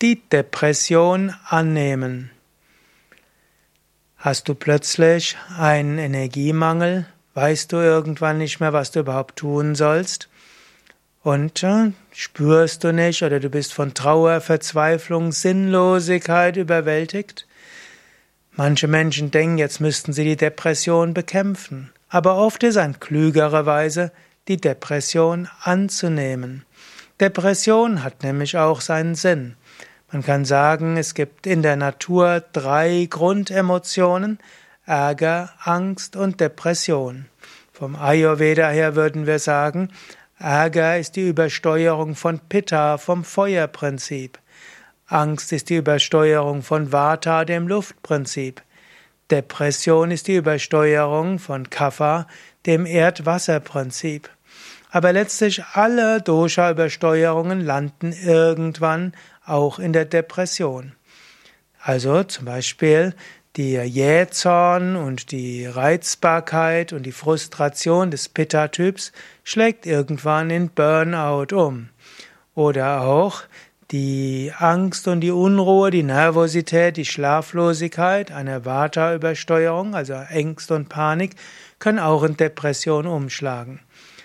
Die Depression annehmen. Hast du plötzlich einen Energiemangel? Weißt du irgendwann nicht mehr, was du überhaupt tun sollst? Und spürst du nicht oder du bist von Trauer, Verzweiflung, Sinnlosigkeit überwältigt? Manche Menschen denken, jetzt müssten sie die Depression bekämpfen. Aber oft ist eine klügere Weise, die Depression anzunehmen. Depression hat nämlich auch seinen Sinn. Man kann sagen, es gibt in der Natur 3 Grundemotionen: Ärger, Angst und Depression. Vom Ayurveda her würden wir sagen, Ärger ist die Übersteuerung von Pitta, vom Feuerprinzip. Angst ist die Übersteuerung von Vata, dem Luftprinzip. Depression ist die Übersteuerung von Kapha, dem Erdwasserprinzip. Aber letztlich alle Dosha-Übersteuerungen landen irgendwann auch in der Depression. Also zum Beispiel der Jähzorn und die Reizbarkeit und die Frustration des Pitta-Typs schlägt irgendwann in Burnout um. Oder auch die Angst und die Unruhe, die Nervosität, die Schlaflosigkeit, eine Vata-Übersteuerung, also Ängste und Panik, können auch in Depression umschlagen.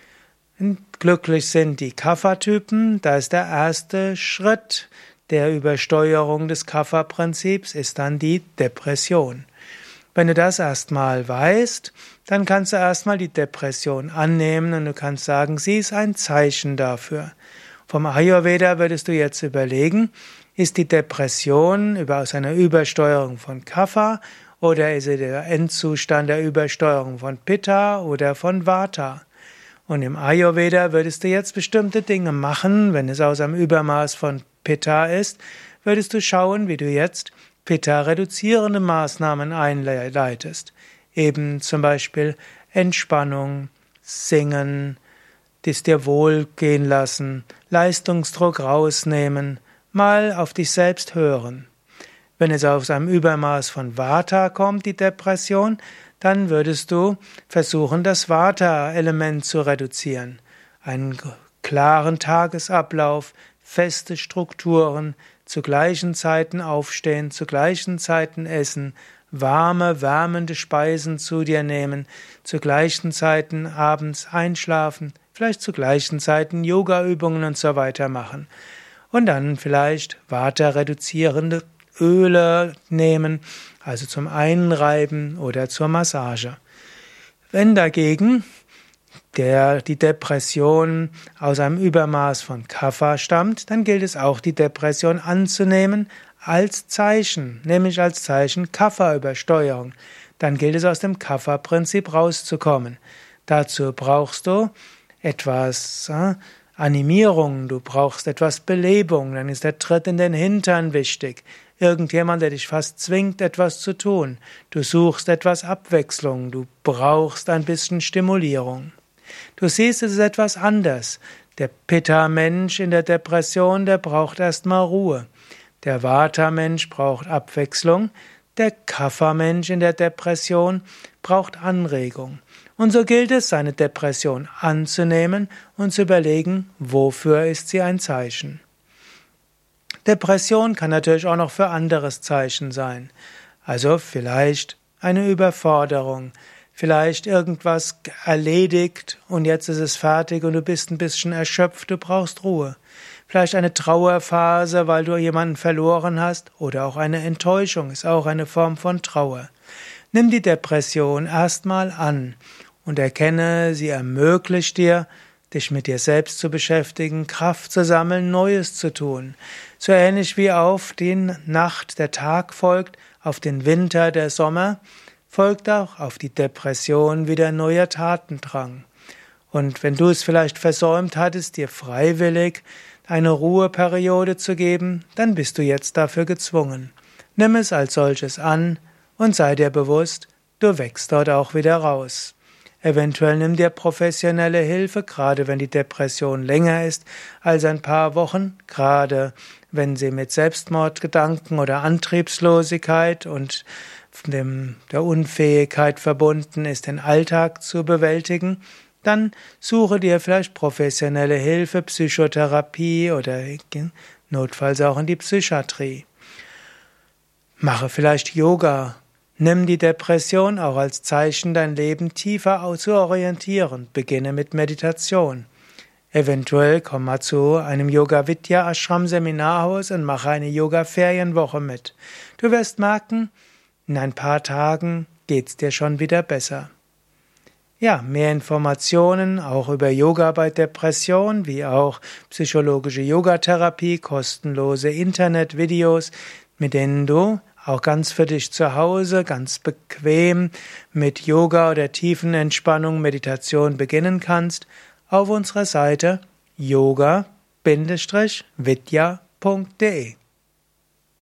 Glücklich sind die Kapha-Typen, da ist der erste Schritt der Übersteuerung des Kapha-Prinzips, ist dann die Depression. Wenn du das erstmal weißt, dann kannst du erstmal die Depression annehmen und du kannst sagen, sie ist ein Zeichen dafür. Vom Ayurveda würdest du jetzt überlegen, ist die Depression aus einer Übersteuerung von Kapha oder ist sie der Endzustand der Übersteuerung von Pitta oder von Vata? Und im Ayurveda würdest du jetzt bestimmte Dinge machen, wenn es aus einem Übermaß von Pitta ist, würdest du schauen, wie du jetzt Pitta-reduzierende Maßnahmen einleitest. Eben zum Beispiel Entspannung, Singen, dies dir wohlgehen lassen, Leistungsdruck rausnehmen, mal auf dich selbst hören. Wenn es aus einem Übermaß von Vata kommt, die Depression, dann würdest du versuchen, das Vata-Element zu reduzieren. Einen klaren Tagesablauf, feste Strukturen, zu gleichen Zeiten aufstehen, zu gleichen Zeiten essen, warme, wärmende Speisen zu dir nehmen, zu gleichen Zeiten abends einschlafen, vielleicht zu gleichen Zeiten Yoga-Übungen und so weiter machen. Und dann vielleicht Vata-reduzierende Öle nehmen, also zum Einreiben oder zur Massage. Wenn dagegen die Depression aus einem Übermaß von Kapha stammt, dann gilt es auch, die Depression anzunehmen als Zeichen, nämlich als Zeichen Kapha-Übersteuerung. Dann gilt es, aus dem Kapha-Prinzip rauszukommen. Dazu brauchst du etwas Animierung, du brauchst etwas Belebung, dann ist der Tritt in den Hintern wichtig. Irgendjemand, der dich fast zwingt, etwas zu tun. Du suchst etwas Abwechslung, du brauchst ein bisschen Stimulierung. Du siehst, es ist etwas anders. Der Pitta-Mensch in der Depression, der braucht erstmal Ruhe. Der Vata-Mensch braucht Abwechslung. Der Kapha-Mensch in der Depression braucht Anregung. Und so gilt es, seine Depression anzunehmen und zu überlegen, wofür ist sie ein Zeichen. Depression kann natürlich auch noch für anderes Zeichen sein. Also vielleicht eine Überforderung, vielleicht irgendwas erledigt und jetzt ist es fertig und du bist ein bisschen erschöpft, du brauchst Ruhe. Vielleicht eine Trauerphase, weil du jemanden verloren hast, oder auch eine Enttäuschung ist auch eine Form von Trauer. Nimm die Depression erstmal an und erkenne, sie ermöglicht dir, dich mit dir selbst zu beschäftigen, Kraft zu sammeln, Neues zu tun. So ähnlich wie auf die Nacht der Tag folgt, auf den Winter der Sommer, folgt auch auf die Depression wieder neuer Tatendrang. Und wenn du es vielleicht versäumt hattest, dir freiwillig eine Ruheperiode zu geben, dann bist du jetzt dafür gezwungen. Nimm es als solches an und sei dir bewusst, du wächst dort auch wieder raus. Eventuell nimm dir professionelle Hilfe, gerade wenn die Depression länger ist als ein paar Wochen, gerade wenn sie mit Selbstmordgedanken oder Antriebslosigkeit und der Unfähigkeit verbunden ist, den Alltag zu bewältigen. Dann suche dir vielleicht professionelle Hilfe, Psychotherapie oder notfalls auch in die Psychiatrie. Mache vielleicht Yoga. Nimm die Depression auch als Zeichen, dein Leben tiefer zu orientieren. Beginne mit Meditation. Eventuell komm mal zu einem Yoga Vidya Ashram Seminarhaus und mache eine Yoga Ferienwoche mit. Du wirst merken, in ein paar Tagen geht's dir schon wieder besser. Ja, mehr Informationen auch über Yoga bei Depression, wie auch psychologische Yogatherapie, kostenlose Internetvideos, mit denen du auch ganz für dich zu Hause, ganz bequem mit Yoga oder Tiefenentspannung, Meditation beginnen kannst, auf unserer Seite yoga-vidya.de